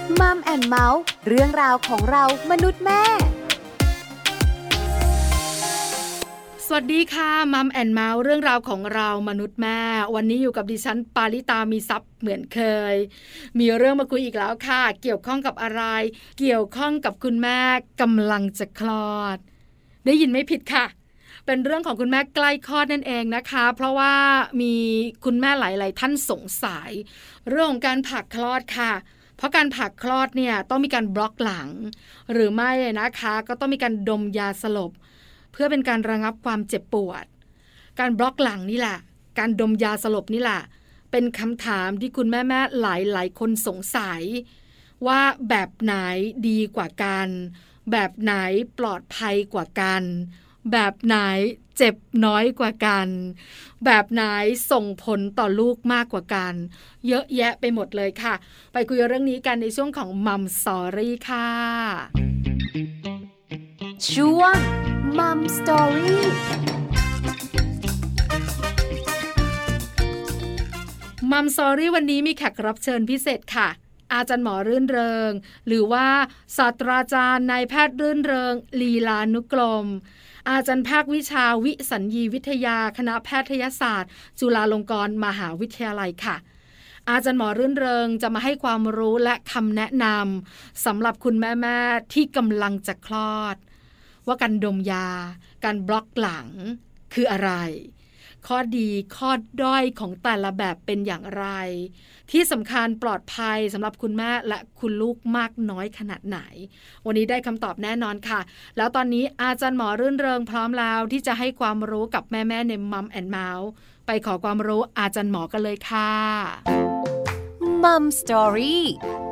มัมแอนด์เมาส์เรื่องราวของเรามนุษย์แม่สวัสดีค่ะมัมแอนด์เมาส์เรื่องราวของเรามนุษย์แม่วันนี้อยู่กับดิฉันปาริตามีซัพ์เหมือนเคยมีเรื่องมาคุยอีกแล้วค่ะเกี่ยวข้องกับอะไรเกี่ยวข้องกับคุณแม่กำลังจะคลอดได้ยินไม่ผิดค่ะเป็นเรื่องของคุณแม่ใกล้คลอดนั่นเองนะคะเพราะว่ามีคุณแม่หลายๆท่านสงสัยเรื่องของการผ่าคลอดค่ะเพราะการผ่าคลอดเนี่ยต้องมีการบล็อกหลังหรือไม่นะคะก็ต้องมีการดมยาสลบเพื่อเป็นการระงับความเจ็บปวดการบล็อกหลังนี่แหละการดมยาสลบนี่แหละเป็นคำถามที่คุณแม่ๆหลายๆคนสงสัยว่าแบบไหนดีกว่ากันแบบไหนปลอดภัยกว่ากันแบบไหนเจ็บน้อยกว่ากันแบบไหนส่งผลต่อลูกมากกว่ากันเยอะแยะไปหมดเลยค่ะไปคุยเรื่องนี้กันในช่วงของมัมสอรี่ค่ะช่วงมัมสตอรี่มัมสอรี่วันนี้มีแขกรับเชิญพิเศษค่ะอาจารย์หมอรื่นเริงหรือว่าศาสตราจารย์นายแพทย์รื่นเริงลีลานุกรมอาจารย์ภาควิชาวิสัญญีวิทยาคณะแพทยศาสตร์จุฬาลงกรณ์มหาวิทยาลัยค่ะอาจารย์หมอรื่นเริงจะมาให้ความรู้และคำแนะนำสำหรับคุณแม่ๆที่กำลังจะคลอดว่าการดมยาการบล็อกหลังคืออะไรข้อดีข้อด้อยของแต่ละแบบเป็นอย่างไรที่สำคัญปลอดภัยสำหรับคุณแม่และคุณลูกมากน้อยขนาดไหนวันนี้ได้คำตอบแน่นอนค่ะแล้วตอนนี้อาจารย์หมอรื่นเริงพร้อมแล้วที่จะให้ความรู้กับแม่ๆในมัมแอนด์เมาส์ไปขอความรู้อาจารย์หมอกันเลยค่ะมัมสตอรี่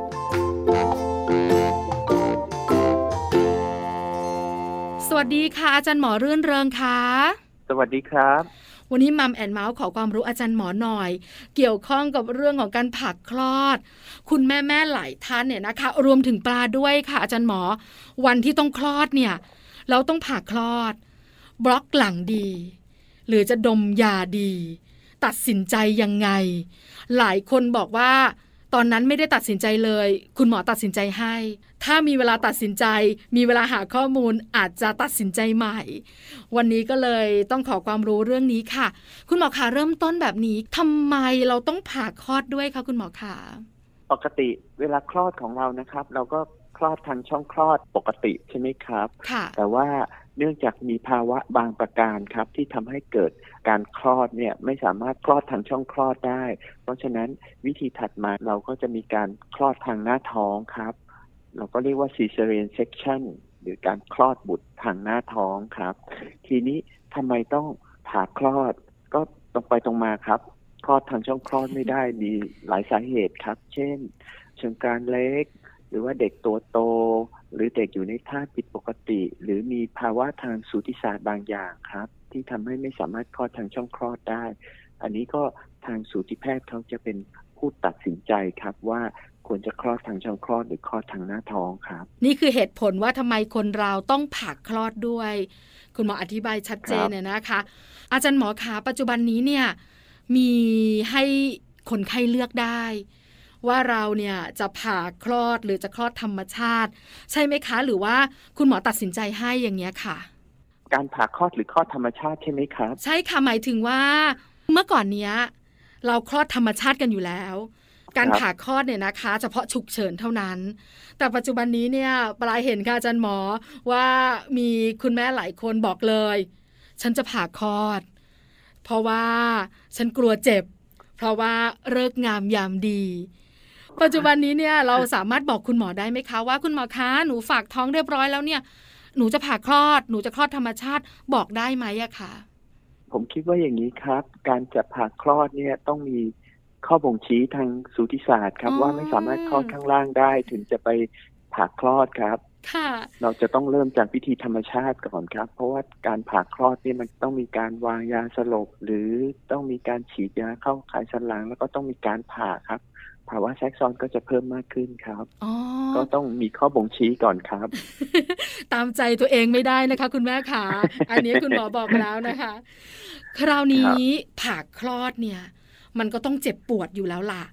สวัสดีค่ะอาจารย์หมอรื่นเริงค่ะสวัสดีครับวันนี้มัมแอนด์เมาส์ขอความรู้อาจารย์หมอหน่อยเกี่ยวข้องกับเรื่องของการผ่าคลอดคุณแม่ๆหลายท่านเนี่ยนะคะรวมถึงปลาด้วยค่ะอาจารย์หมอวันที่ต้องคลอดเนี่ยเราต้องผ่าคลอดบล็อกหลังดีหรือจะดมยาดีตัดสินใจยังไงหลายคนบอกว่าตอนนั้นไม่ได้ตัดสินใจเลยคุณหมอตัดสินใจให้ถ้ามีเวลาตัดสินใจมีเวลาหาข้อมูลอาจจะตัดสินใจใหม่วันนี้ก็เลยต้องขอความรู้เรื่องนี้ค่ะคุณหมอคะเริ่มต้นแบบนี้ทำไมเราต้องผ่าคลอดด้วยคะคุณหมอคะปกติเวลาคลอดของเรานะครับเราก็คลอดทางช่องคลอดปกติใช่ไหมครับค่ะแต่ว่าเนื่องจากมีภาวะบางประการครับที่ทำให้เกิดการคลอดเนี่ยไม่สามารถคลอดทางช่องคลอดได้เพราะฉะนั้นวิธีถัดมาเราก็จะมีการคลอดทางหน้าท้องครับเราก็เรียกว่า cesarean section หรือการคลอดบุตรทางหน้าท้องครับทีนี้ทำไมต้องผ่าคลอดก็ตรงไปตรงมาครับคลอดทางช่องคลอดไม่ได้มีหลายสาเหตุครับเช่นเชิงกรานเล็กหรือว่าเด็กตัวโตหรือเด็กอยู่ในท่าผิดปกติหรือมีภาวะทางสูติศาสตร์บางอย่างครับที่ทำให้ไม่สามารถคลอดทางช่องคลอดได้อันนี้ก็ทางสูติแพทย์เขาจะเป็นผู้ตัดสินใจครับว่าควรจะคลอดทางช่องคลอดหรือคลอดทางหน้าท้องครับนี่คือเหตุผลว่าทำไมคนเราต้องผ่าคลอดด้วยคุณหมออธิบายชัดเจนเนี่ยนะคะอาจารย์หมอคะปัจจุบันนี้เนี่ยมีให้คนไข้เลือกได้ว่าเราเนี่ยจะผ่าคลอดหรือจะคลอดธรรมชาติใช่ไหมคะหรือว่าคุณหมอตัดสินใจให้อย่างเงี้ยค่ะการผ่าคลอดหรือคลอดธรรมชาติใช่ไหมครับใช่ค่ะหมายถึงว่าเมื่อก่อนเนี้ยเราคลอดธรรมชาติกันอยู่แล้วการผ่าคลอดเนี่ยนะคะเฉพาะฉุกเฉินเท่านั้นแต่ปัจจุบันนี้เนี่ยปลายเห็นค่ะอาจารย์หมอว่ามีคุณแม่หลายคนบอกเลยฉันจะผ่าคลอดเพราะว่าฉันกลัวเจ็บเพราะว่าฤกษ์งามยามดีปัจจุบันนี้เนี่ยเราสามารถบอกคุณหมอได้ไหมคะว่าคุณหมอคะหนูฝากท้องเรียบร้อยแล้วเนี่ยหนูจะผ่าคลอดหนูจะคลอดธรรมชาติบอกได้ไหมอะคะผมคิดว่าอย่างนี้ครับการจะผ่าคลอดเนี่ยต้องมีข้อบ่งชี้ทางสูติศาสตร์ครับว่าไม่สามารถคลอดข้างล่างได้ถึงจะไปผ่าคลอดครับเราจะต้องเริ่มจากวิธีธรรมชาติก่อนครับเพราะว่าการผ่าคลอดนี่มันต้องมีการวางยาสลบหรือต้องมีการฉีดยาเข้าไขสันหลังแล้วก็ต้องมีการผ่าครับภาวะแทรกซ้อนก็จะเพิ่มมากขึ้นครับก็ต้องมีข้อบ่งชี้ก่อนครับตามใจตัวเองไม่ได้นะคะคุณแม่ขาอันนี้คุณหมอบอกแล้วนะคะคราวนี้ผ่าคลอดเนี่ยมันก็ต้องเจ็บปวดอยู่แล้วล่ะ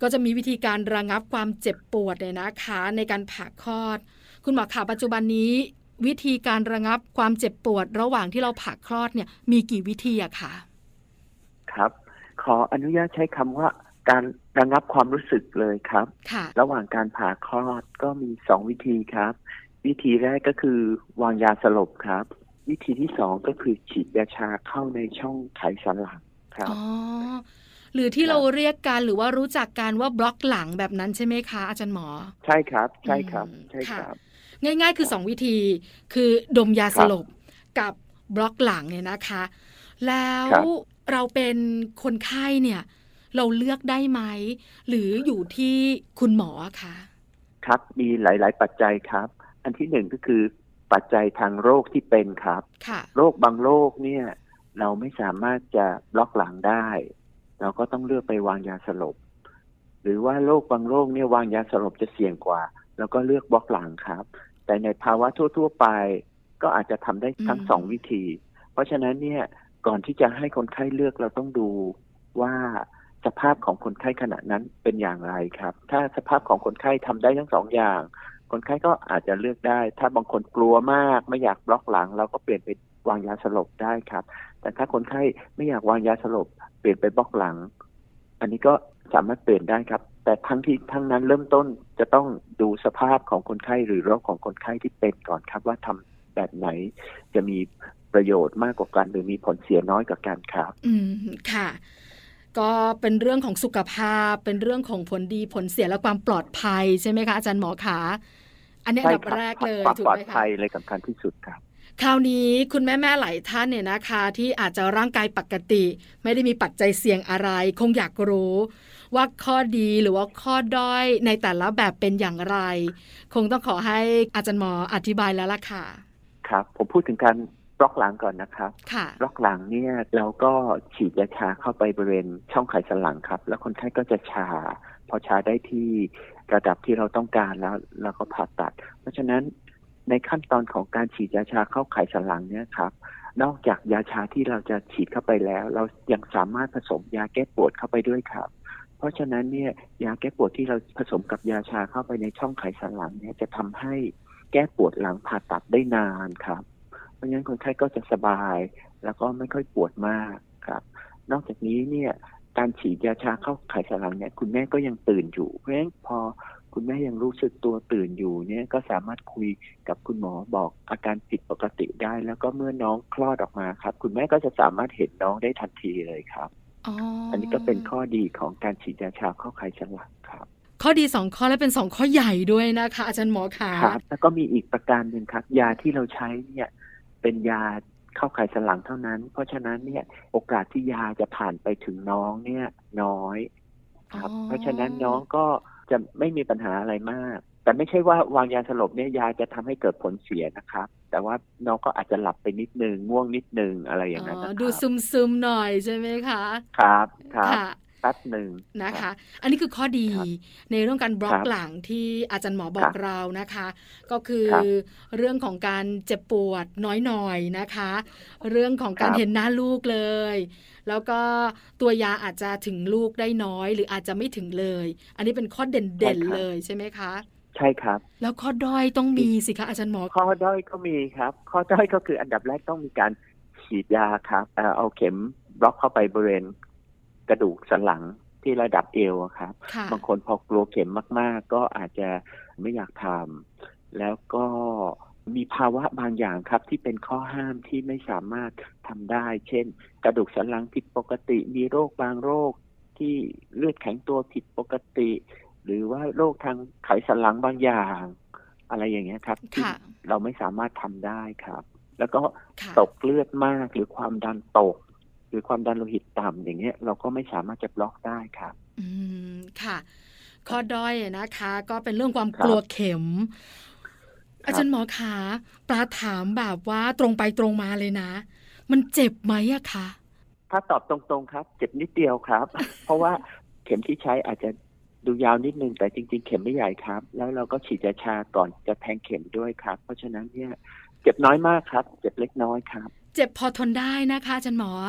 ก็จะมีวิธีการระงับความเจ็บปวดเนี่ยนะคะในการผ่าคลอดคุณหมอคะปัจจุบันนี้วิธีการระงับความเจ็บปวดระหว่างที่เราผ่าคลอดเนี่ยมีกี่วิธีอะคะครับขออนุญาตใช้คำว่าการระงับความรู้สึกเลยครับระหว่างการผ่าคลอดก็มี2วิธีครับวิธีแรกก็คือวางยาสลบครับวิธีที่2ก็คือฉีดยาชาเข้าในช่องไขสันหลังครับอ๋อหรือที่เราเรียกกันหรือว่ารู้จักกันว่าบล็อกหลังแบบนั้นใช่ไหมคะอาจารย์หมอใช่ครับใช่ครับใช่ครับง่ายๆคือ2วิธีคือดมยาสลบกับบล็อกหลังเนี่ยนะคะแล้วเราเป็นคนไข้เนี่ยเราเลือกได้ไหมหรืออยู่ที่คุณหมอคะครับมีหลายๆปัจจัยครับอันที่1ก็คือปัจจัยทางโรคที่เป็นครับโรคบางโรคเนี่ยเราไม่สามารถจะบล็อกหลังได้เราก็ต้องเลือกไปวางยาสลบหรือว่าโรคบางโรคเนี่ยวางยาสลบจะเสี่ยงกว่าแล้วก็เลือกบล็อกหลังครับแต่ในภาวะทั่วๆไปก็อาจจะทำได้ทั้ง2วิธีเพราะฉะนั้นเนี่ยก่อนที่จะให้คนไข้เลือกเราต้องดูว่าสภาพของคนไข้ขณะนั้นเป็นอย่างไรครับถ้าสภาพของคนไข้ทำได้ทั้ง2อย่างคนไข้ก็อาจจะเลือกได้ถ้าบางคนกลัวมากไม่อยากบล็อกหลังเราก็เปลี่ยนไปวางยาสลบได้ครับแต่ถ้าคนไข้ไม่อยากวางยาสลบเปลี่ยนไปบล็อกหลังอันนี้ก็สามารถเปลี่ยนได้ครับแต่ทั้งนั้นเริ่มต้นจะต้องดูสภาพของคนไข้หรือโรคของคนไข้ที่เป็นก่อนครับว่าทำแบบไหนจะมีประโยชน์มากกว่ากันหรือมีผลเสียน้อยกว่ากันครับค่ะก็เป็นเรื่องของสุขภาพเป็นเรื่องของผลดีผลเสียและความปลอดภัยใช่ไหมคะอาจารย์หมอคะอันนี้อันดับแรกเลยถูกไหมคะความปลอดภัยเลยสำคัญที่สุดครับคราวนี้คุณแม่หลายท่านเนี่ยนะคะที่อาจจะร่างกายปกติไม่ได้มีปัจจัยเสี่ยงอะไรคงอยากรู้ว่าข้อดีหรือว่าข้อด้อยในแต่ละแบบเป็นอย่างไรคงต้องขอให้อาจารย์หมออธิบายแล้วล่ะค่ะครับผมพูดถึงการบล็อกหลังก่อนนะครับบล็อกหลังเนี่ยเราก็ฉีดยาชาเข้าไปบริเวณช่องไขสันหลังครับแล้วคนไข้ก็จะชาพอชาได้ที่ระดับที่เราต้องการแล้วเราก็ผ่าตัดเพราะฉะนั้นในขั้นตอนของการฉีดยาชาเข้าไขสันหลังเนี่ยครับนอกจากยาชาที่เราจะฉีดเข้าไปแล้วเรายังสามารถผสมยาแก้ปวดเข้าไปด้วยครับเพราะฉะนั้นเนี่ยยาแก้ปวดที่เราผสมกับยาชาเข้าไปในช่องไขสันหลังเนี่ยจะทำให้แก้ปวดหลังผ่าตัดได้นานครับเพราะฉะนั้นคนไข้ก็จะสบายแล้วก็ไม่ค่อยปวดมากครับนอกจากนี้เนี่ยการฉีดยาชาเข้าไขสันหลังเนี่ยคุณแม่ก็ยังตื่นอยู่เพราะฉะนั้นพอคุณแม่ยังรู้สึกตัวตื่นอยู่เนี่ยก็สามารถคุยกับคุณหมอบอกอาการผิดปกติได้แล้วก็เมื่อน้องคลอดออกมาครับคุณแม่ก็จะสามารถเห็นน้องได้ทันทีเลยครับอันนี้ก็เป็นข้อดีของการฉีดยาชาเข้าไขสันหลังครับข้อดี2ข้อและเป็น2ข้อใหญ่ด้วยนะคะอาจารย์หมอคะครับแล้วก็มีอีกประการนึงครับยาที่เราใช้เนี่ยเป็นยาเข้าไขสันหลังเท่านั้นเพราะฉะนั้นเนี่ยโอกาสที่ยาจะผ่านไปถึงน้องเนี่ยน้อยครับเพราะฉะนั้นน้องก็จะไม่มีปัญหาอะไรมากแต่ไม่ใช่ว่าวางยาสลบเนี่ยยาจะทำให้เกิดผลเสียนะครับแต่ว่าน้องก็อาจจะหลับไปนิดนึงง่วงนิดนึงอะไรอย่างนั้นนะครับดูซึมๆหน่อยใช่ไหมคะครับแป๊บหนึ่งนะคะอันนี้คือข้อดีในเรื่องการบล็อกหลังที่อาจารย์หมอบอกเรานะคะก็คือเรื่องของการเจ็บปวดน้อยหน่อยนะคะเรื่องของการเห็นหน้าลูกเลยแล้วก็ตัวยาอาจจะถึงลูกได้น้อยหรืออาจจะไม่ถึงเลยอันนี้เป็นข้อเด่นๆเลยใช่ไหมคะใช่ครับแล้วข้อด้อยต้องมีสิคะอาจารย์หมอข้อด้อยก็มีครับข้อด้อยก็คืออันดับแรกต้องมีการฉีดยาครับเอาเข็มบล็อกเข้าไปบริเวณกระดูกสันหลังที่ระดับเอวครับบางคนพอกลัวเข็มมากๆก็อาจจะไม่อยากทำแล้วก็มีภาวะบางอย่างครับที่เป็นข้อห้ามที่ไม่สามารถทำได้เช่นกระดูกสันหลังผิดปกติมีโรคบางโรคที่เลือดแข็งตัวผิดปกติหรือว่าโรคทางไขสันหลังบางอย่างอะไรอย่างเงี้ยครับที่เราไม่สามารถทำได้ครับแล้วก็ตกเลือดมากหรือความดันตกหรือความดันโลหิตต่ำอย่างเงี้ยเราก็ไม่สามารถจะบล็อกได้ครับค่ะข้อด้อยนะคะก็เป็นเรื่องความกลัวเข็มอาจารย์หมอคะปลาถามแบบว่าตรงไปตรงมาเลยนะมันเจ็บไหมอะคะถ้าตอบตรงๆครับเจ็บนิดเดียวครับ เพราะว่าเข็มที่ใช้อาจจะดูยาวนิดนึงแต่จริงๆเข็มไม่ใหญ่ครับแล้วเราก็ฉีดยาชาก่อนจะแทงเข็มด้วยครับเพราะฉะนั้นเนี่ยเจ็บน้อยมากครับเจ็บเล็กน้อยครับเจ็บพอทนได้นะคะอาจารย์หมอ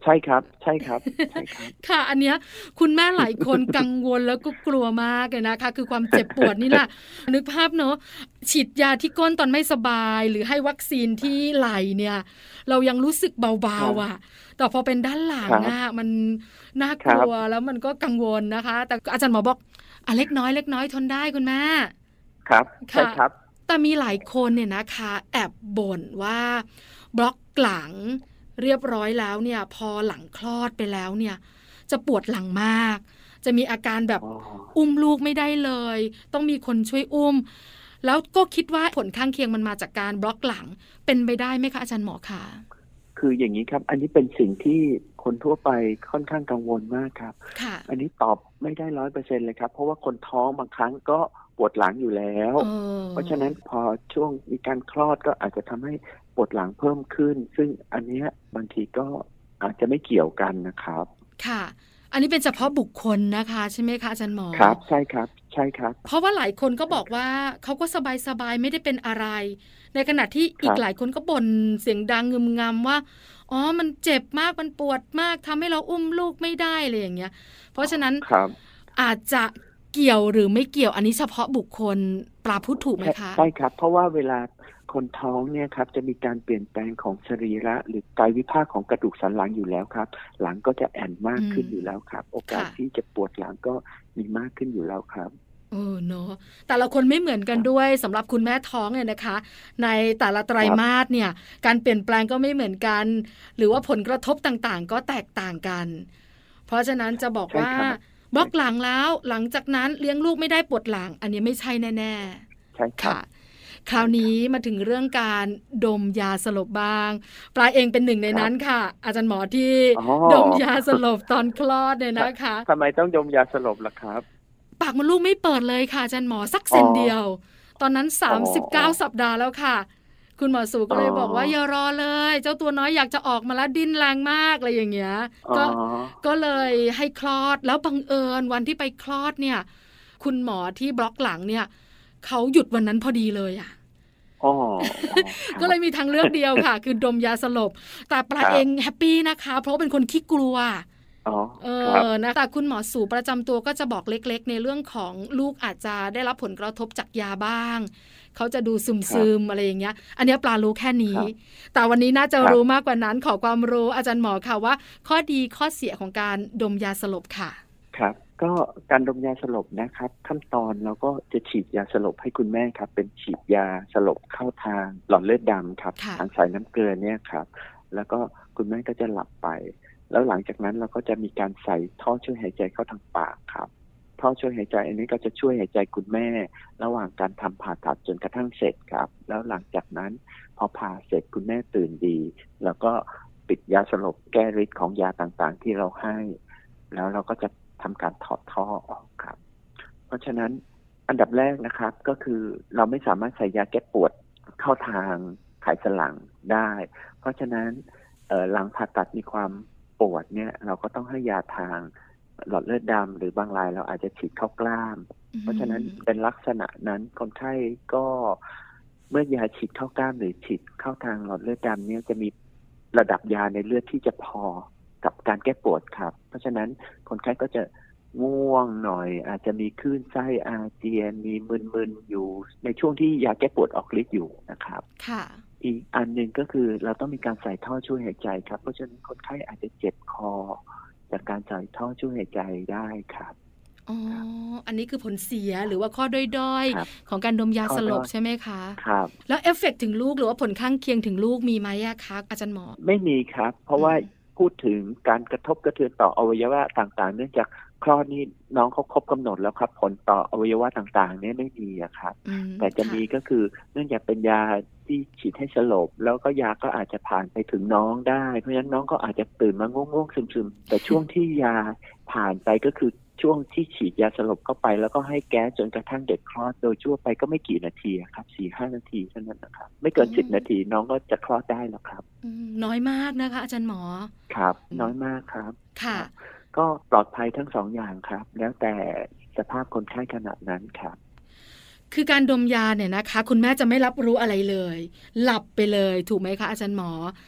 ใช่ครับใช่ครับใช่ครับค่ะอันเนี้ยคุณแม่หลายคนกังวลแล้วก็กลัวมากเลยนะคะคือความเจ็บปวดนี่แหละนึกภาพเนอะฉีดยาที่ก้นตอนไม่สบายหรือให้วัคซีนที่ไหล่เนี่ยเรายังรู้สึกเบาๆอ่ะแต่พอเป็นด้านหลังอ่ะมันน่ากลัวแล้วมันก็กังวลนะคะแต่อาจารย์หมอบอกเล็กน้อยทนได้คุณแม่ครับใช่ครับแต่มีหลายคนเนี่ยนะคะแอบบ่นว่าบล็อกหลังเรียบร้อยแล้วเนี่ยพอหลังคลอดไปแล้วเนี่ยจะปวดหลังมากจะมีอาการแบบอุ้มลูกไม่ได้เลยต้องมีคนช่วยอุ้มแล้วก็คิดว่าผลข้างเคียงมันมาจากการบล็อกหลังเป็นไปได้ไหมคะอาจารย์หมอคะคืออย่างนี้ครับอันนี้เป็นสิ่งที่คนทั่วไปค่อนข้างกังวลมากครับอันนี้ตอบไม่ได้ 100% เลยครับเพราะว่าคนท้องบางครั้งก็ปวดหลังอยู่แล้วเพราะฉะนั้นพอช่วงมีการคลอดก็อาจจะทำให้ปวดหลังเพิ่มขึ้นซึ่งอันนี้บางทีก็อาจจะไม่เกี่ยวกันนะครับค่ะอันนี้เป็นเฉพาะบุคคลนะคะใช่ไหมคะอาจารย์หมอครับใช่ครับใช่ครับเพราะว่าหลายคนก็บอกว่าเขาก็สบายไม่ได้เป็นอะไรในขณะที่อีกหลายคนก็บ่นเสียงดังงึมงำว่ามันเจ็บมากมันปวดมากทำให้เราอุ้มลูกไม่ได้เลยอย่างเงี้ยเพราะฉะนั้นอาจจะเกี่ยวหรือไม่เกี่ยวอันนี้เฉพาะบุคคลปลาพูดถูกไหมคะใช่ครับเพราะว่าเวลาคนท้องเนี่ยครับจะมีการเปลี่ยนแปลงของสรีระหรือกายวิภาคของกระดูกสันหลังอยู่แล้วครับหลังก็จะแอนมากขึ้นอยู่แล้วครับโอกาสที่จะปวดหลังก็มีมากขึ้นอยู่แล้วครับเนาะแต่ละคนไม่เหมือนกันด้วยสำหรับคุณแม่ท้องเนี่ยนะคะในแต่ละไตรมาสเนี่ยการเปลี่ยนแปลงก็ไม่เหมือนกันหรือว่าผลกระทบต่างๆก็แตกต่างกันเพราะฉะนั้นจะบอกว่าบล็อกหลังแล้วหลังจากนั้นเลี้ยงลูกไม่ได้ปวดหลังอันนี้ไม่ใช่แน่ๆใช่ค่ะคราวนี้มาถึงเรื่องการดมยาสลบบ้างปลาเองเป็นหนึ่งในนั้นค่ะอาจารย์หมอที่ดมยาสลบตอนคลอดเนี่ยนะคะทำไมต้องดมยาสลบล่ะครับปากมดลูกไม่เปิดเลยค่ะอาจารย์หมอสักเซนเดียวตอนนั้น39สัปดาห์แล้วค่ะคุณหมอสูก็เลยบอกว่าอย่ารอเลยเจ้าตัวน้อยอยากจะออกมาแล้วดิ้นแรงมากอะไรอย่างเงี้ยก็เลยให้คลอดแล้วบังเอิญวันที่ไปคลอดเนี่ยคุณหมอที่บล็อกหลังเนี่ยเขาหยุดวันนั้นพอดีเลยอ่ะก็เลยมีทางเลือกเดียวค่ะคือดมยาสลบแต่ปลาเองแฮปปี้นะคะเพราะเป็นคนขี้กลัวนะแต่คุณหมอสูประจำตัวก็จะบอกเล็กๆในเรื่องของลูกอาจจะได้รับผลกระทบจากยาบ้างเขาจะดูซึมๆอะไรอย่างเงี้ยอันนี้ปลารู้แค่นี้แต่วันนี้น่าจะรู้มากกว่านั้นขอความรู้อาจารย์หมอค่ะว่าข้อดีข้อเสียของการดมยาสลบค่ะครับก็การดมยาสลบนะครับขั้นตอนเราก็จะฉีดยาสลบให้คุณแม่ครับเป็นฉีดยาสลบเข้าทางหลอดเลือดดำครับทางสายน้ำเกลือเนี่ยครับแล้วก็คุณแม่ก็จะหลับไปแล้วหลังจากนั้นเราก็จะมีการใส่ท่อช่วยหายใจเข้าทางปากครับท่อช่วยหายใจอันนี้ก็จะช่วยหายใจคุณแม่ระหว่างการทำผ่าตัดจนกระทั่งเสร็จครับแล้วหลังจากนั้นพอผ่าเสร็จคุณแม่ตื่นดีแล้วก็ปิดยาสลบแก้ฤทธิ์ของยาต่างๆที่เราให้แล้วเราก็จะทำการถอดท่อออกครับเพราะฉะนั้นอันดับแรกนะครับก็คือเราไม่สามารถใส่ยาแก้ปวดเข้าทางไขสันหลังได้เพราะฉะนั้นหลังผ่าตัดมีความปวดเนี่ยเราก็ต้องให้ยาทางหลอดเลือดดำหรือบางรายเราอาจจะฉีดเข้ากล้ามเพราะฉะนั้นเป็นลักษณะนั้นคนไข้ก็เมื่อยาฉีดเข้ากล้ามหรือฉีดเข้าทางหลอดเลือดดำเนี่ยจะมีระดับยาในเลือดที่จะพอกับการแก้ปวดครับเพราะฉะนั้นคนไข้ก็จะง่วงหน่อยอาจจะมีคลื่นไส้อาเจียนมีมึนๆอยู่ในช่วงที่ยาแก้ปวดออกฤทธิ์อยู่นะครับค่ะอีกอันนึงก็คือเราต้องมีการใส่ท่อช่วยหายใจครับเพราะฉะนั้นคนไข้อาจจะเจ็บคอจากการใส่ท่อช่วยหายใจได้ครับอันนี้คือผลเสียหรือว่าข้อด้อยๆของการดมยาสลบใช่ไหมคะครับแล้วเอฟเฟกต์ถึงลูกหรือว่าผลข้างเคียงถึงลูกมีไหมคะอาจารย์หมอไม่มีครับเพราะว่าพูดถึงการกระทบกระเทือนต่ออวัยวะต่างๆเนื่องจากคลอดนี่น้องเขาครบกำหนดแล้วครับผลต่ออวัยวะต่างๆเนี่ยไม่มีครับแต่จะมีก็คือเนื่องจากเป็นยาที่ฉีดให้สลบแล้วก็ยาก็อาจจะผ่านไปถึงน้องได้เพราะฉะนั้นน้องก็อาจจะตื่นมาง่วงๆซึมๆแต่ช่วงที่ยาผ่านไปก็คือช่วงที่ฉีดยาสลบเข้าไปแล้วก็ให้แก๊สจนกระทั่งเด็กคลอดโดยทั่วไปก็ไม่กี่นาทีครับ 4-5 นาทีเท่านั้นนะครับไม่เกิน10 นาทีน้องก็จะคลอดได้แล้วครับน้อยมากนะคะอาจารย์หมอครับน้อยมากครับค่ะก็ปลอดภัยทั้ง2อย่างครับแล้วแต่สภาพคนไข้ขณะนั้นครับคือการดมยาเนี่ยนะคะคุณแม่จะไม่รับรู้อะไรเลยหลับไปเลยถูกไหมคะอาจารย์หมอ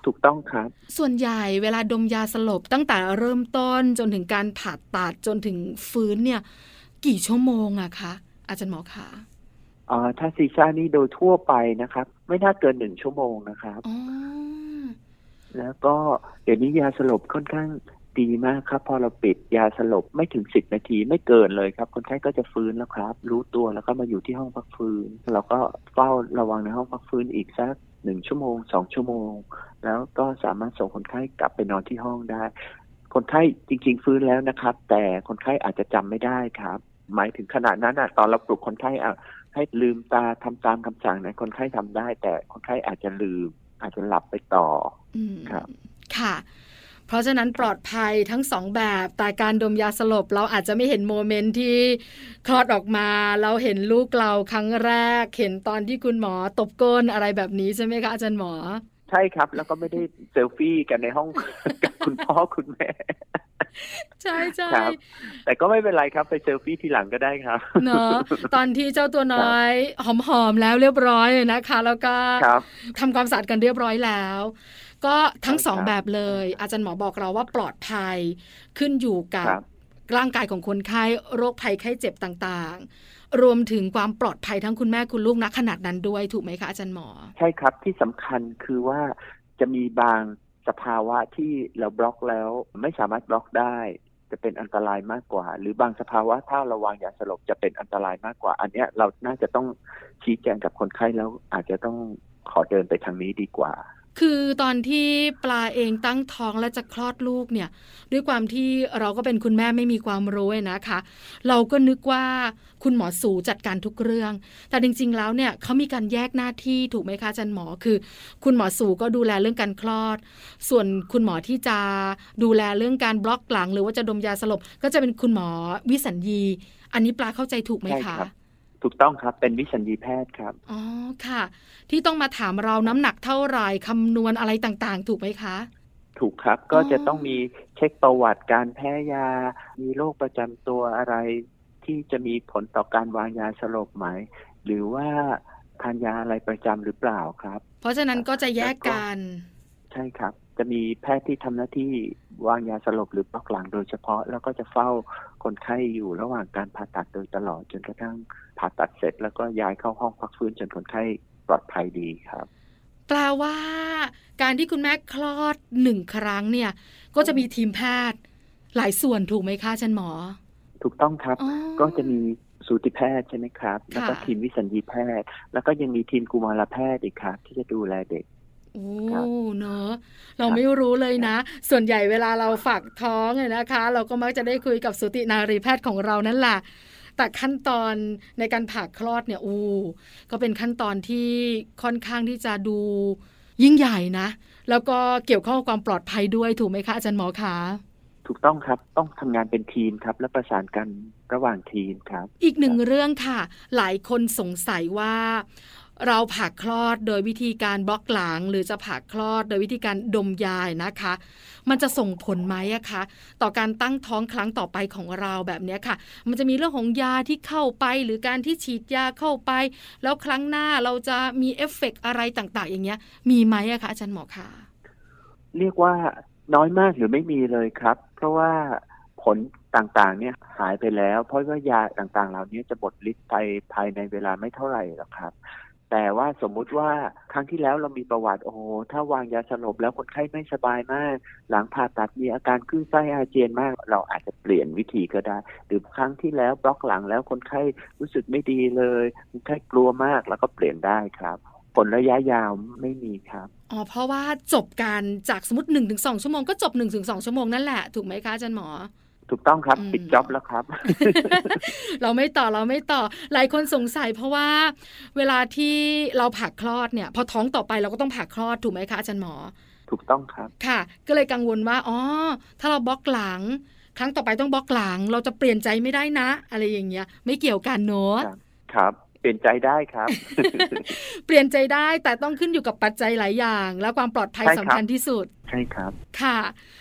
ถูกต้องครับส่วนใหญ่เวลาดมยาสลบตั้งแต่เริ่มต้นจนถึงการผ่าตัดจนถึงฟื้นเนี่ยกี่ชั่วโมงอะคะอาจารย์หมอคะถ้าซีซ่านี่โดยทั่วไปนะครับไม่น่าเกิน1 ชั่วโมงนะครับแล้วก็เดี๋ยวนี้ยาสลบค่อนข้างดีมากครับพอเราปิดยาสลบไม่ถึง10 นาทีไม่เกินเลยครับคนไข้ก็จะฟื้นแล้วครับรู้ตัวแล้วก็มาอยู่ที่ห้องพักฟื้นเราก็เฝ้าระวังในห้องพักฟื้นอีกสัก1 ชั่วโมง2 ชั่วโมงแล้วก็สามารถส่งคนไข้กลับไปนอนที่ห้องได้คนไข้จริงๆฟื้นแล้วนะครับแต่คนไข้อาจจะจำไม่ได้ครับหมายถึงขณะนั้นตอนเราปลุกคนไข้ให้ลืมตาทำตามคำสั่งนะคนไข้ทำได้แต่คนไข้อาจจะลืมอาจจะหลับไปต่อครับค่ะเพราะฉะนั้นปลอดภัยทั้งสองแบบแต่การดมยาสลบเราอาจจะไม่เห็นโมเมนต์ที่คลอดออกมาเราเห็นลูกเราครั้งแรกเห็นตอนที่คุณหมอตบก้นอะไรแบบนี้ใช่ไหมคะอาจารย์หมอใช่ครับแล้วก็ไม่ได้เซลฟี่กันในห้อง กับคุณพ่อคุณแม่ใช่ใช่แต่ก็ไม่เป็นไรครับไปเซลฟี่ทีหลังก็ได้ครับเนาะตอนที่เจ้าตัวน้อยหอมๆแล้วเรียบร้อยนะคะแล้วก็ทำความสะอาดกันเรียบร้อยแล้วก็ทั้งสองแบบเลยอาจารย์หมอบอกเราว่าปลอดภัยขึ้นอยู่กับร่างกายของคนไข้โรคภัยไข้เจ็บต่างๆรวมถึงความปลอดภัยทั้งคุณแม่คุณลูกณขนาดนั้นด้วยถูกไหมคะอาจารย์หมอใช่ครับที่สำคัญคือว่าจะมีบางสภาวะที่เราบล็อกแล้วไม่สามารถบล็อกได้จะเป็นอันตรายมากกว่าหรือบางสภาวะถ้าเราวางยาสลบจะเป็นอันตรายมากกว่าอันนี้เราน่าจะต้องชี้แจงกับคนไข้แล้วอาจจะต้องขอเดินไปทางนี้ดีกว่าคือตอนที่ปลาเองตั้งท้องและจะคลอดลูกเนี่ยด้วยความที่เราก็เป็นคุณแม่ไม่มีความรู้นะคะเราก็นึกว่าคุณหมอสูจัดการทุกเรื่องแต่จริงๆแล้วเนี่ยเขามีการแยกหน้าที่ถูกไหมคะอาจารย์หมอคือคุณหมอสูก็ดูแลเรื่องการคลอดส่วนคุณหมอที่จะดูแลเรื่องการบล็อกหลังหรือว่าจะดมยาสลบก็จะเป็นคุณหมอวิสัญญีอันนี้ปลาเข้าใจถูกไหมคะถูกต้องครับเป็นวิสัญญีแพทย์ครับอ๋อค่ะที่ต้องมาถามเราน้ำหนักเท่าไหร่คำนวณอะไรต่างๆถูกไหมคะถูกครับก็จะต้องมีเช็คประวัติการแพ้ยามีโรคประจำตัวอะไรที่จะมีผลต่อการวางยาสลบไหมหรือว่าทานยาอะไรประจำหรือเปล่าครับเพราะฉะนั้นก็จะแยกกันใช่ครับจะมีแพทย์ที่ทำหน้าที่วางยาสลบหรือบล็อกหลังโดยเฉพาะแล้วก็จะเฝ้าคนไข้อยู่ระหว่างการผ่าตัดโดยตลอดจนกระทั่งผ่าตัดเสร็จแล้วก็ย้ายเข้าห้องพักฟื้นจนคนไข้ปลอดภัยดีครับแปลว่าการที่คุณแม่คลอด1 ครั้งเนี่ยก็จะมีทีมแพทย์หลายส่วนถูกไหมคะอาจารย์หมอถูกต้องครับก็จะมีสูติแพทย์ใช่ไหมครับแล้วก็ทีมวิสัญญีแพทย์แล้วก็ยังมีทีมกุมารแพทย์อีกครับที่จะดูแลเด็กโอ้เนอะเราไม่รู้เลยนะส่วนใหญ่เวลาเราฝากท้องเนี่ยนะคะเราก็มักจะได้คุยกับสูตินารีแพทย์ของเรานั่นแหละแต่ขั้นตอนในการผ่าคลอดเนี่ยก็เป็นขั้นตอนที่ค่อนข้างที่จะดูยิ่งใหญ่นะแล้วก็เกี่ยวข้องกับความปลอดภัยด้วยถูกไหมคะอาจารย์หมอคะถูกต้องครับต้องทำงานเป็นทีมครับและประสานกันระหว่างทีมครับอีกหนึ่งเรื่องค่ะหลายคนสงสัยว่าเราผ่าคลอดโดยวิธีการบล็อกหลังหรือจะผ่าคลอดโดยวิธีการดมยานะคะมันจะส่งผลไหมอะคะต่อการตั้งท้องครั้งต่อไปของเราแบบนี้ค่ะมันจะมีเรื่องของยาที่เข้าไปหรือการที่ฉีดยาเข้าไปแล้วครั้งหน้าเราจะมีเอฟเฟกต์อะไรต่างๆอย่างเงี้ยมีไหมอะคะอาจารย์หมอคะเรียกว่าน้อยมากหรือไม่มีเลยครับเพราะว่าผลต่างๆเนี่ยหายไปแล้วเพราะว่ายาต่างๆเหล่านี้จะหมดฤทธิ์ไปภายในเวลาไม่เท่าไหร่หรอกครับแต่ว่าสมมุติว่าครั้งที่แล้วเรามีประวัติถ้าวางยาสลบแล้วคนไข้ไม่สบายมากหลังผ่าตัดมีอาการคลื่นไส้อาเจียนมากเราอาจจะเปลี่ยนวิธีก็ได้หรือครั้งที่แล้วบล็อกหลังแล้วคนไข้รู้สึกไม่ดีเลยคนไข้กลัวมากแล้วก็เปลี่ยนได้ครับผลระยะยาวไม่มีครับเพราะว่าจบการจากสมมติ 1-2 ชั่วโมงก็จบ 1-2 ชั่วโมงนั่นแหละถูกไหมคะอาจารย์หมอถูกต้องครับปิดจ็อบแล้วครับเราไม่ต่อหลายคนสงสัยเพราะว่าเวลาที่เราผ่าคลอดเนี่ยพอท้องต่อไปเราก็ต้องผ่าคลอดถูกไหมคะอาจารย์หมอถูกต้องครับค่ะก็เลยกังวลว่าถ้าเราบล็อกหลังครั้งต่อไปต้องบล็อกหลังเราจะเปลี่ยนใจไม่ได้นะอะไรอย่างเงี้ยไม่เกี่ยวกันเนอะครับเปลี่ยนใจได้ครับเปลี่ยนใจได้แต่ต้องขึ้นอยู่กับปัจจัยหลายอย่างและความปลอดภัยสำคัญที่สุดใช่ครับค่ะ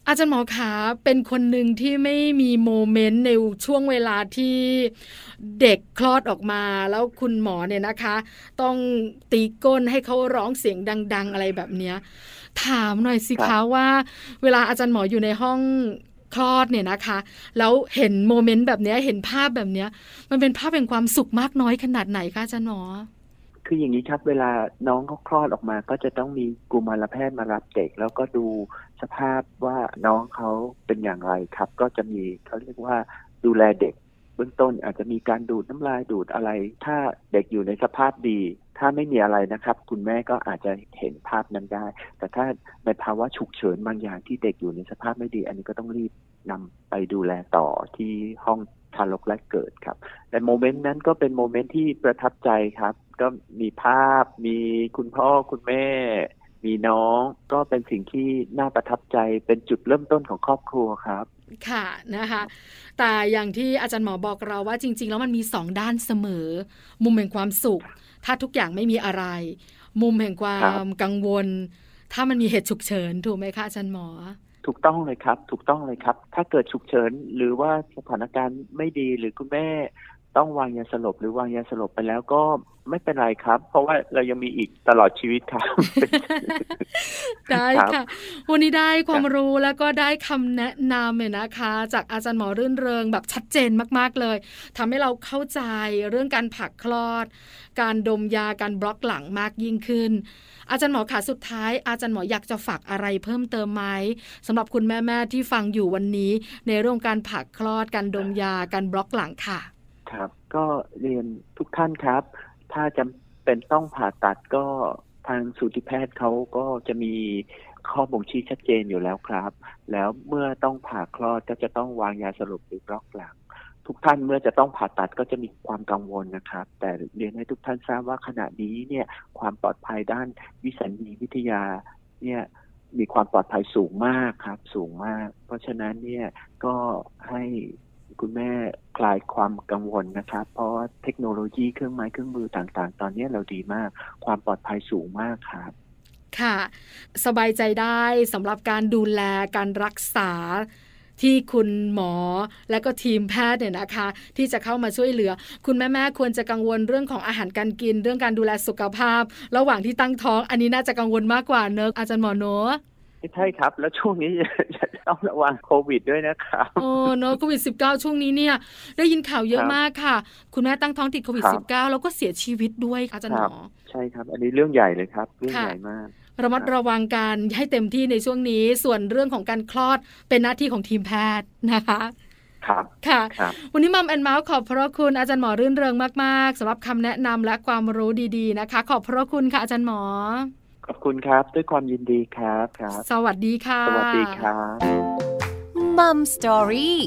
อาจารย์หมอขาเป็นคนหนึ่งที่ไม่มีโมเมนต์ในช่วงเวลาที่เด็กคลอดออกมาแล้วคุณหมอเนี่ยนะคะต้องตีก้นให้เขาร้องเสียงดังๆอะไรแบบเนี้ยถามหน่อยสิคะว่าเวลาอาจารย์หมออยู่ในห้องคลอดเนี่ยนะคะแล้วเห็นโมเมนต์แบบนี้เห็นภาพแบบนี้มันเป็นภาพแห่งความสุขมากน้อยขนาดไหนคะอาจารย์หมอคืออย่างนี้ครับเวลาน้องเขาคลอดออกมาก็จะต้องมีกุมารแพทย์มารับเด็กแล้วก็ดูสภาพว่าน้องเขาเป็นอย่างไรครับก็จะมีเขาเรียกว่าดูแลเด็กเบื้องต้นอาจจะมีการดูดน้ำลายดูดอะไรถ้าเด็กอยู่ในสภาพดีถ้าไม่มีอะไรนะครับคุณแม่ก็อาจจะเห็นภาพนั้นได้แต่ถ้าในภาวะฉุกเฉินบางอย่างที่เด็กอยู่ในสภาพไม่ดีอันนี้ก็ต้องรีบนำไปดูแลต่อที่ห้องทารกแรกเกิดครับแต่โมเมนต์นั้นก็เป็นโมเมนต์ที่ประทับใจครับก็มีภาพมีคุณพ่อคุณแม่มีน้องก็เป็นสิ่งที่น่าประทับใจเป็นจุดเริ่มต้นของครอบครัวครับค่ะนะคะแต่อย่างที่อาจารย์หมอบอกเราว่าจริงๆแล้วมันมี2ด้านเสมอมุมแห่งความสุขถ้าทุกอย่างไม่มีอะไรมุมแห่งความกังวลถ้ามันมีเหตุฉุกเฉินถูกไหมคะอาจารย์หมอถูกต้องเลยครับถูกต้องเลยครับถ้าเกิดฉุกเฉินหรือว่าสถานการณ์ไม่ดีหรือคุณแม่ต้องวางยาสลบหรือวางยาสลบไปแล้วก็ไม่เป็นไรครับเพราะว่าเรายังมีอีกตลอดชีวิตครับได้ค่ะวันนี้ได้ความรู้แล้วก็ได้คำแนะนำเนี่ยนะคะจากอาจารย์หมอรื่นเริงแบบชัดเจนมากๆเลยทำให้เราเข้าใจเรื่องการผ่าคลอดการดมยาการบล็อกหลังมากยิ่งขึ้นอาจารย์หมอขาสุดท้ายอาจารย์หมออยากจะฝากอะไรเพิ่มเติมไหมสำหรับคุณแม่ๆที่ฟังอยู่วันนี้ในเรื่องการผ่าคลอดการดมยาการบล็อกหลังค่ะครับก็เรียนทุกท่านครับถ้าจำเป็นต้องผ่าตัดก็ทางสูติแพทย์เขาก็จะมีข้อบ่งชี้ชัดเจนอยู่แล้วครับแล้วเมื่อต้องผ่าคลอดก็จะต้องวางยาสลบหรือบล็อกหลังทุกท่านเมื่อจะต้องผ่าตัดก็จะมีความกังวลนะครับแต่เรียนให้ทุกท่านทราบว่าขณะนี้เนี่ยความปลอดภัยด้านวิสัญญีวิทยาเนี่ยมีความปลอดภัยสูงมากครับสูงมากเพราะฉะนั้นเนี่ยก็ให้คุณแม่คลายความกังวลนะครับเพราะว่าเทคโนโลยีเครื่องไม้เครื่องมือต่างๆตอนนี้เราดีมากความปลอดภัยสูงมากครับค่ะสบายใจได้สำหรับการดูแลการรักษาที่คุณหมอและก็ทีมแพทย์เนี่ยนะคะที่จะเข้ามาช่วยเหลือคุณแม่ๆควรจะกังวลเรื่องของอาหารการกินเรื่องการดูแลสุขภาพระหว่างที่ตั้งท้องอันนี้น่าจะกังวลมากกว่าเนอะอาจารย์หมอเนอะใช่ครับแล้วช่วงนี้จะต้องระวังโควิดด้วยนะครับโอ้เนอะโควิด-19 ช่วงนี้เนี่ยได้ยินข่าวเยอะมากค่ะคุณแม่ตั้งท้องติดโควิด-19 แล้วก็เสียชีวิตด้วยอาจารย์หมอใช่ครับอันนี้เรื่องใหญ่เลยครับเรื่องใหญ่มากระมัดระวังกันให้เต็มที่ในช่วงนี้ส่วนเรื่องของการคลอดเป็นหน้าที่ของทีมแพทย์นะคะครับค่ะวันนี้มัมแอนด์เมาส์ขอบพระคุณอาจารย์หมอรื่นเริงมากๆสำหรับคำแนะนำและความรู้ดีๆนะคะขอบพระคุณค่ะอาจารย์หมอขอบคุณครับด้วยความยินดีครับสวัสดีค่ะสวัสดีครับมัมสตอรี่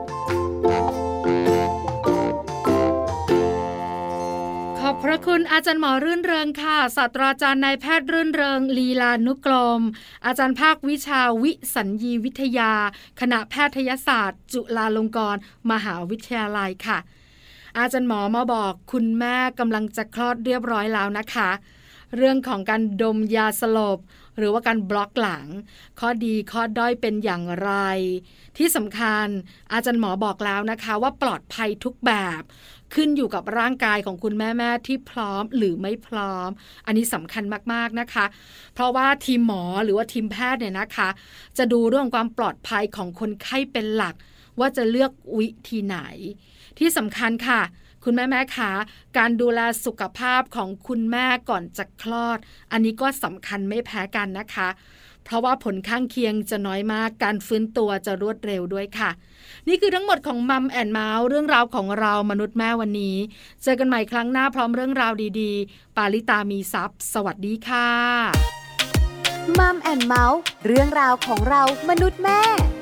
ขอบพระคุณอาจารย์หมอรื่นเริงค่ะศาสตราจารย์นายแพทย์รื่นเริงลีลานุกรมอาจารย์ภาควิชาวิสัญญีวิทยาคณะแพทยศาสตร์จุฬาลงกรณ์มหาวิทยาลัยค่ะอาจารย์หมอมาบอกคุณแม่กำลังจะคลอดเรียบร้อยแล้วนะคะเรื่องของการดมยาสลบหรือว่าการบล็อกหลังข้อดีข้อด้อยเป็นอย่างไรที่สำคัญอาจารย์หมอบอกแล้วนะคะว่าปลอดภัยทุกแบบขึ้นอยู่กับร่างกายของคุณแม่ๆที่พร้อมหรือไม่พร้อมอันนี้สำคัญมากๆนะคะเพราะว่าทีมหมอหรือว่าทีมแพทย์เนี่ยนะคะจะดูเรื่องความปลอดภัยของคนไข้เป็นหลักว่าจะเลือกวิธีไหนที่สำคัญค่ะคุณแม่ๆคะการดูแลสุขภาพของคุณแม่ก่อนจะคลอดอันนี้ก็สำคัญไม่แพ้กันนะคะเพราะว่าผลข้างเคียงจะน้อยมากการฟื้นตัวจะรวดเร็วด้วยค่ะนี่คือทั้งหมดของมัมแอนด์เมาส์เรื่องราวของเรามนุษย์แม่วันนี้เจอกันใหม่ครั้งหน้าพร้อมเรื่องราวดีๆปาริตามีทรัพย์สวัสดีค่ะมัมแอนด์เมาส์เรื่องราวของเรามนุษย์แม่